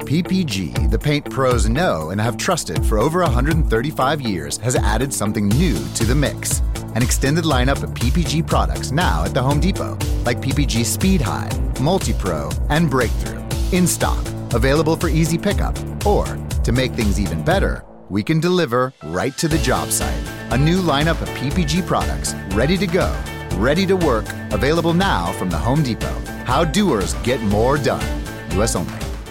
PPG, the paint pros know and have trusted for over 135 years, has added something new to the mix. An extended lineup of PPG products now at the Home Depot, like PPG Speed High, Multi-Pro, and Breakthrough. In stock, available for easy pickup, or, to make things even better, we can deliver right to the job site. A new lineup of PPG products, ready to go, ready to work, available now from the Home Depot. How doers get more done. US only.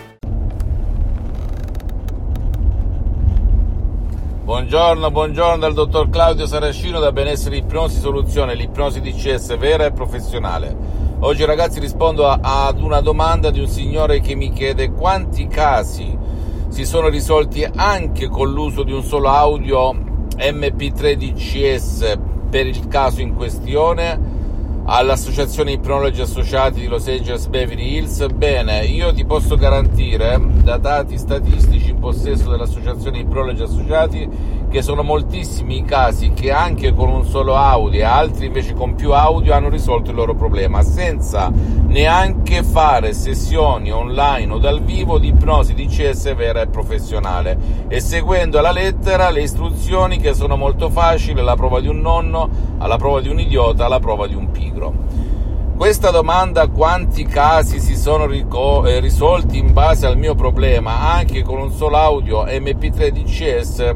Buongiorno dal dottor Claudio Saracino da Benessere Ipnosi Soluzione, l'ipnosi DCS vera e professionale. Oggi ragazzi rispondo ad una domanda di un signore che mi chiede quanti casi si sono risolti anche con l'uso di un solo audio MP3 DCS per il caso in questione all'Associazione Ipnologi Associati di Los Angeles Beverly Hills. Bene, io ti posso garantire da dati statistici in possesso dell'Associazione Ipnologi Associati che sono moltissimi i casi che anche con un solo audio e altri invece con più audio hanno risolto il loro problema senza neanche fare sessioni online o dal vivo di ipnosi DCS vera e professionale e seguendo alla lettera le istruzioni che sono molto facili, alla prova di un nonno, alla prova di un idiota, alla prova di un pigro. Questa domanda, quanti casi si sono risolti in base al mio problema anche con un solo audio MP3 DCS,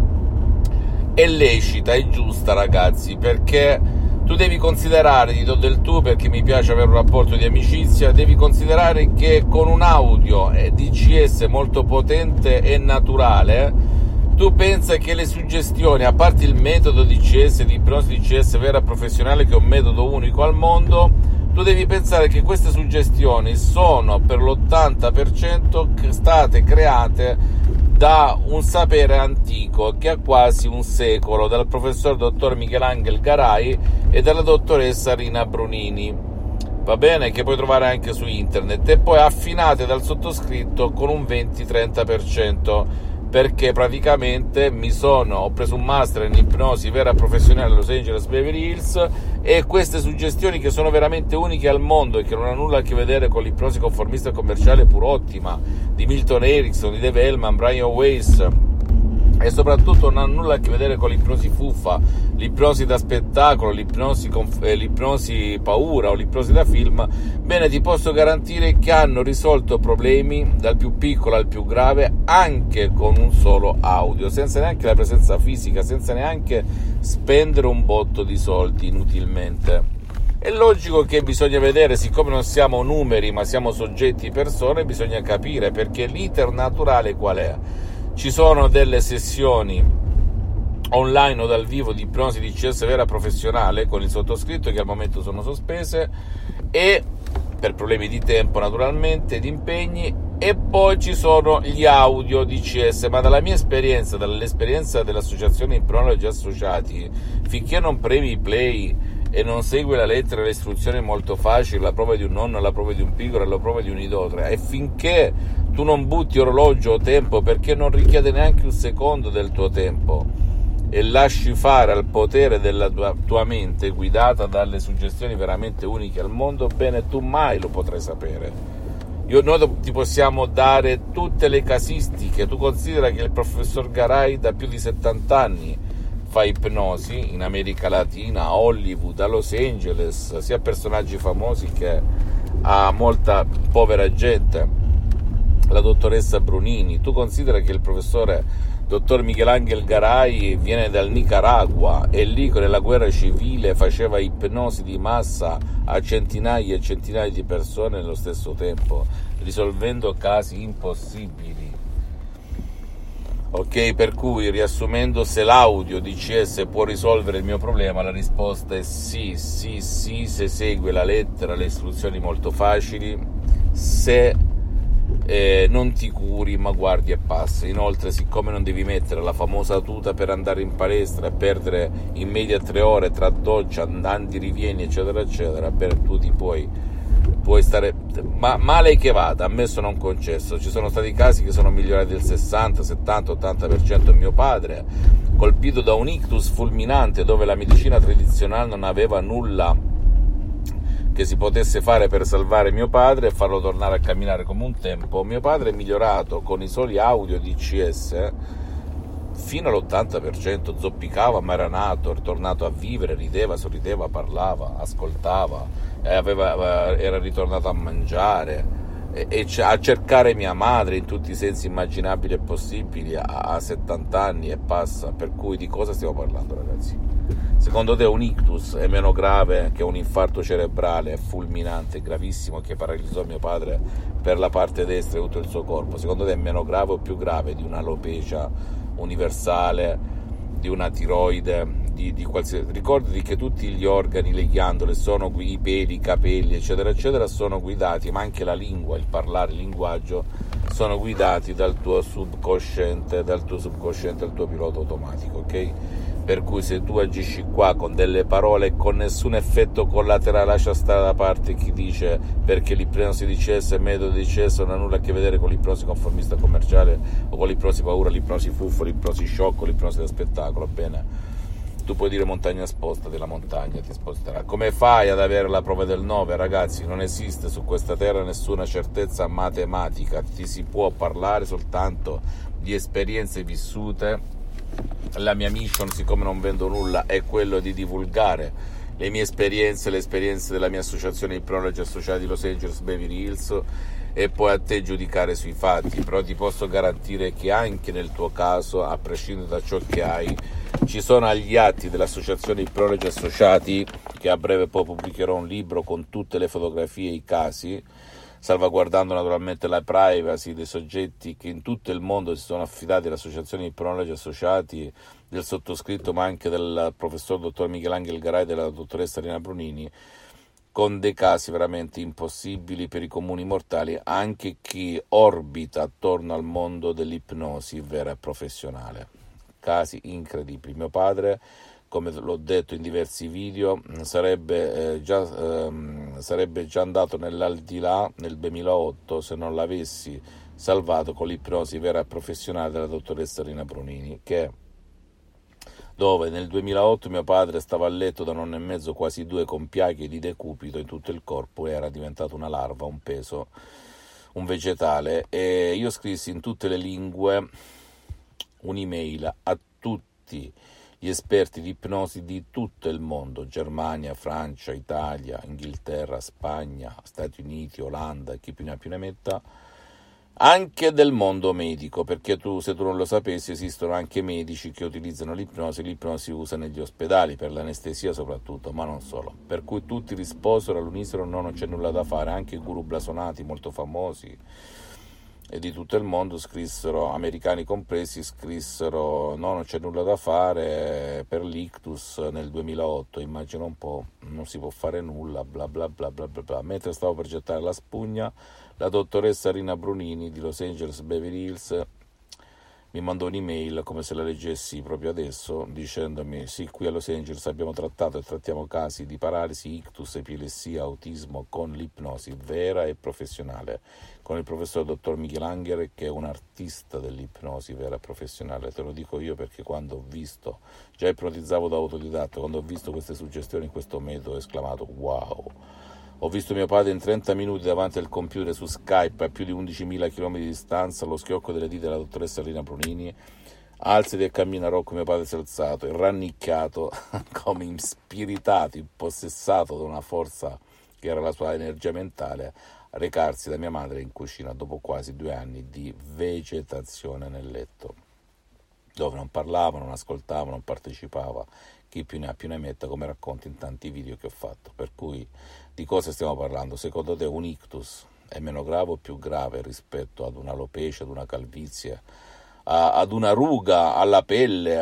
è lecita, è giusta ragazzi, perché tu devi considerare, ti do del tu perché mi piace avere un rapporto di amicizia, devi considerare che con un audio DCS molto potente e naturale tu pensa che le suggestioni, a parte il metodo DCS, di ipnosi DCS vera professionale che è un metodo unico al mondo, tu devi pensare che queste suggestioni sono per l'80% state create da un sapere antico che ha quasi un secolo, dal professor dottor Michelangelo Garai e dalla dottoressa Rina Brunini, va bene, che puoi trovare anche su internet, e poi affinate dal sottoscritto con un 20-30%, perché praticamente ho preso un master in ipnosi vera professionale a Los Angeles Beverly Hills e queste suggestioni che sono veramente uniche al mondo e che non hanno nulla a che vedere con l'ipnosi conformista e commerciale pur ottima di Milton Erickson, di Dave Hellman, Brian Weiss, e soprattutto non hanno nulla a che vedere con l'ipnosi fuffa, l'ipnosi da spettacolo, l'ipnosi paura o l'ipnosi da film. Bene, ti posso garantire che hanno risolto problemi dal più piccolo al più grave anche con un solo audio, senza neanche la presenza fisica, senza neanche spendere un botto di soldi inutilmente. È logico che bisogna vedere, siccome non siamo numeri ma siamo soggetti persone, bisogna capire perché l'iter naturale qual è. Ci sono delle sessioni online o dal vivo di ipnosi DCS vera professionale con il sottoscritto che al momento sono sospese e per problemi di tempo naturalmente, di impegni, e poi ci sono gli audio DCS, ma dalla mia esperienza, dall'esperienza dell'Associazione Ipnologi Associati, finché non premi play e non segui la lettera e le istruzioni molto facili, la prova di un nonno, la prova di un pigro, la prova di un idotre, e finché tu non butti orologio o tempo, perché non richiede neanche un secondo del tuo tempo, e lasci fare al potere della tua mente guidata dalle suggestioni veramente uniche al mondo, bene, tu mai lo potrai sapere. Noi ti possiamo dare tutte le casistiche. Tu considera che il professor Garai da più di 70 anni fa ipnosi in America Latina, a Hollywood, a Los Angeles, sia a personaggi famosi che a molta povera gente, la dottoressa Brunini. Tu considera che il professore dottor Michelangelo Garai viene dal Nicaragua e lì nella guerra civile faceva ipnosi di massa a centinaia e centinaia di persone nello stesso tempo, risolvendo casi impossibili. Ok, per cui riassumendo, se l'audio DCS può risolvere il mio problema, la risposta è sì, se segue la lettera, le istruzioni molto facili, se non ti curi ma guardi e passi. Inoltre, siccome non devi mettere la famosa tuta per andare in palestra e perdere in media 3 ore tra doccia, andandi, rivieni eccetera eccetera, tu ti puoi stare male che vada, ammesso non concesso. Ci sono stati casi che sono migliorati del 60, 70, 80%. Mio padre, colpito da un ictus fulminante dove la medicina tradizionale non aveva nulla che si potesse fare per salvare mio padre e farlo tornare a camminare come un tempo. Mio padre è migliorato con i soli audio di ICS fino all'80%, zoppicava ma era nato, è ritornato a vivere, rideva, sorrideva, parlava, ascoltava, era ritornato a mangiare e a cercare mia madre in tutti i sensi immaginabili e possibili a 70 anni e passa. Per cui di cosa stiamo parlando, ragazzi? Secondo te un ictus è meno grave che un infarto cerebrale fulminante, gravissimo, che paralizzò mio padre per la parte destra di tutto il suo corpo? Secondo te è meno grave o più grave di un'alopecia universale, di una tiroide, di qualsiasi... Ricordati che tutti gli organi, le ghiandole, i peli, i capelli, eccetera, eccetera, sono guidati, ma anche la lingua, il parlare, il linguaggio, sono guidati dal tuo subconsciente, dal tuo pilota automatico, ok? Per cui se tu agisci qua con delle parole con nessun effetto collaterale, lascia stare da parte chi dice perché l'ipnosi di CS e metodo di CS non ha nulla a che vedere con l'ipnosi conformista commerciale o con l'ipnosi paura, l'ipnosi fuffo, l'ipnosi sciocco, l'ipnosi da spettacolo. Bene, tu puoi dire montagna spostati, la montagna ti sposterà. Come fai ad avere la prova del 9, ragazzi? Non esiste su questa terra nessuna certezza matematica, ti si può parlare soltanto di esperienze vissute. La mia mission, siccome non vendo nulla, è quello di divulgare le mie esperienze, le esperienze della mia associazione Ipnologi Associati Los Angeles Beverly Hills, e poi a te giudicare sui fatti. Però ti posso garantire che anche nel tuo caso, a prescindere da ciò che hai, ci sono agli atti dell'associazione Ipnologi Associati, che a breve poi pubblicherò un libro con tutte le fotografie e i casi, salvaguardando naturalmente la privacy dei soggetti che in tutto il mondo si sono affidati all'associazione Ipnologi Associati, del sottoscritto ma anche del professor dottor Michelangelo Garai e della dottoressa Rina Brunini, con dei casi veramente impossibili per i comuni mortali, anche chi orbita attorno al mondo dell'ipnosi vera e professionale. Casi incredibili. Mio padre, come l'ho detto in diversi video, sarebbe già andato nell'aldilà nel 2008 se non l'avessi salvato con l'ipnosi vera e professionale della dottoressa Rina Brunini, dove nel 2008 mio padre stava a letto da 1 anno e mezzo, quasi 2, con piaghe di decupito in tutto il corpo, e era diventato una larva, un peso, un vegetale, e io scrissi in tutte le lingue un'email a tutti gli esperti di ipnosi di tutto il mondo, Germania, Francia, Italia, Inghilterra, Spagna, Stati Uniti, Olanda, chi più ne ha più ne metta, anche del mondo medico, perché se tu non lo sapessi, esistono anche medici che utilizzano l'ipnosi si usa negli ospedali per l'anestesia soprattutto, ma non solo. Per cui tutti risposero all'unisono: no, non c'è nulla da fare. Anche i guru blasonati molto famosi e di tutto il mondo scrissero, americani compresi, scrissero: no, non c'è nulla da fare per l'ictus nel 2008, immagino un po', non si può fare nulla, bla bla bla bla bla bla. Mentre stavo per gettare la spugna, la dottoressa Rina Brunini di Los Angeles Beverly Hills mi mandò un'email, come se la leggessi proprio adesso, dicendomi: sì, qui a Los Angeles abbiamo trattato e trattiamo casi di paralisi, ictus, epilessia, autismo con l'ipnosi vera e professionale, con il professor dottor Michelangelo, che è un artista dell'ipnosi vera e professionale. Te lo dico io perché quando ho visto, già ipnotizzavo da autodidatta, quando ho visto queste suggestioni in questo metodo ho esclamato: wow! Ho visto mio padre in 30 minuti davanti al computer su Skype a più di 11.000 km di distanza, lo schiocco delle dita della dottoressa Rina Brunini. Alzati e cammina, Rocco. Mio padre si è alzato e rannicchiato, come inspiritato, impossessato da una forza che era la sua energia mentale, a recarsi da mia madre in cucina dopo quasi 2 anni di vegetazione nel letto, dove non parlava, non ascoltava, non partecipava, chi più ne ha più ne metta, come racconto in tanti video che ho fatto. Per cui di cosa stiamo parlando? Secondo te un ictus è meno grave o più grave rispetto ad un'alopecia, ad una calvizie, ad una ruga, alla pelle,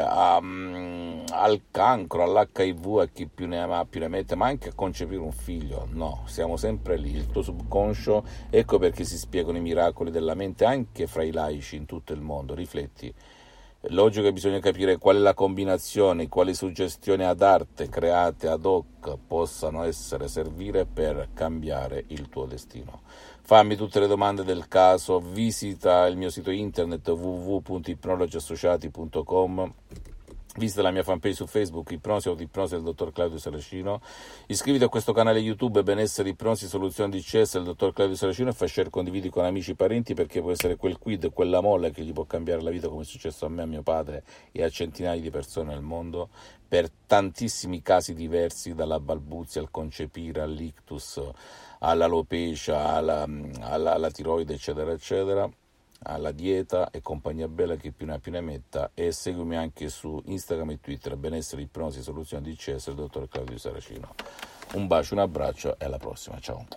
al cancro, all'HIV, a chi più ne ha più ne mette, ma anche a concepire un figlio? No, siamo sempre lì. Il tuo subconscio, ecco perché si spiegano i miracoli della mente anche fra i laici in tutto il mondo. Rifletti. È logico che bisogna capire qual è la combinazione, quali suggestioni ad arte create ad hoc possano servire per cambiare il tuo destino. Fammi tutte le domande del caso, visita il mio sito internet www.ipnologiassociati.com Visita la mia fanpage su Facebook, Ipnosi del dottor Claudio Saracino. Iscriviti a questo canale YouTube, Benessere, Ipnosi, Soluzioni DCS del dottor Claudio Saracino, e fai share, condividi con amici e parenti, perché può essere quel quid, quella molla che gli può cambiare la vita, come è successo a me, a mio padre e a centinaia di persone nel mondo, per tantissimi casi diversi, dalla balbuzia al concepire, all'ictus, all'alopecia, alla tiroide, eccetera, eccetera, alla dieta e compagnia bella, che più ne metta. E seguimi anche su Instagram e Twitter, Benessere, Ipnosi, Soluzioni DCS, il dottor Claudio Saracino. Un bacio, un abbraccio e alla prossima, ciao.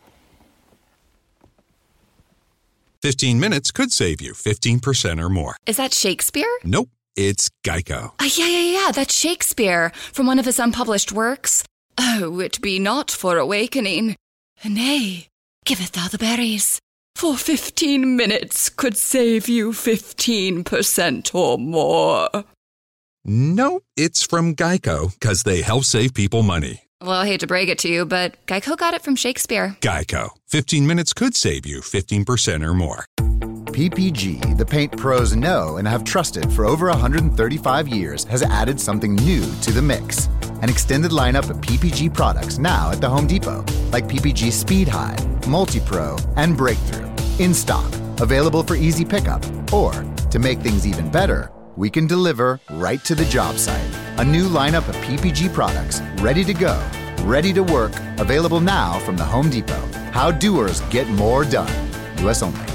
15 minutes could save you 15% or more. Is that Shakespeare? Nope, it's Geico. Yeah, that's Shakespeare, from one of his unpublished works. Oh, it be not for awakening. Nay, giveth thou the berries. For 15 minutes could save you 15% or more. Nope, it's from Geico, because they help save people money. Well, I hate to break it to you, but Geico got it from Shakespeare. Geico. 15 minutes could save you 15% or more. PPG, the paint pros know and have trusted for over 135 years, has added something new to the mix. An extended lineup of PPG products now at the Home Depot, like PPG Speed High, Multi-Pro, and Breakthrough. In stock, available for easy pickup. Or, to make things even better, we can deliver right to the job site. A new lineup of PPG products, ready to go, ready to work, available now from the Home Depot. How doers get more done. US only.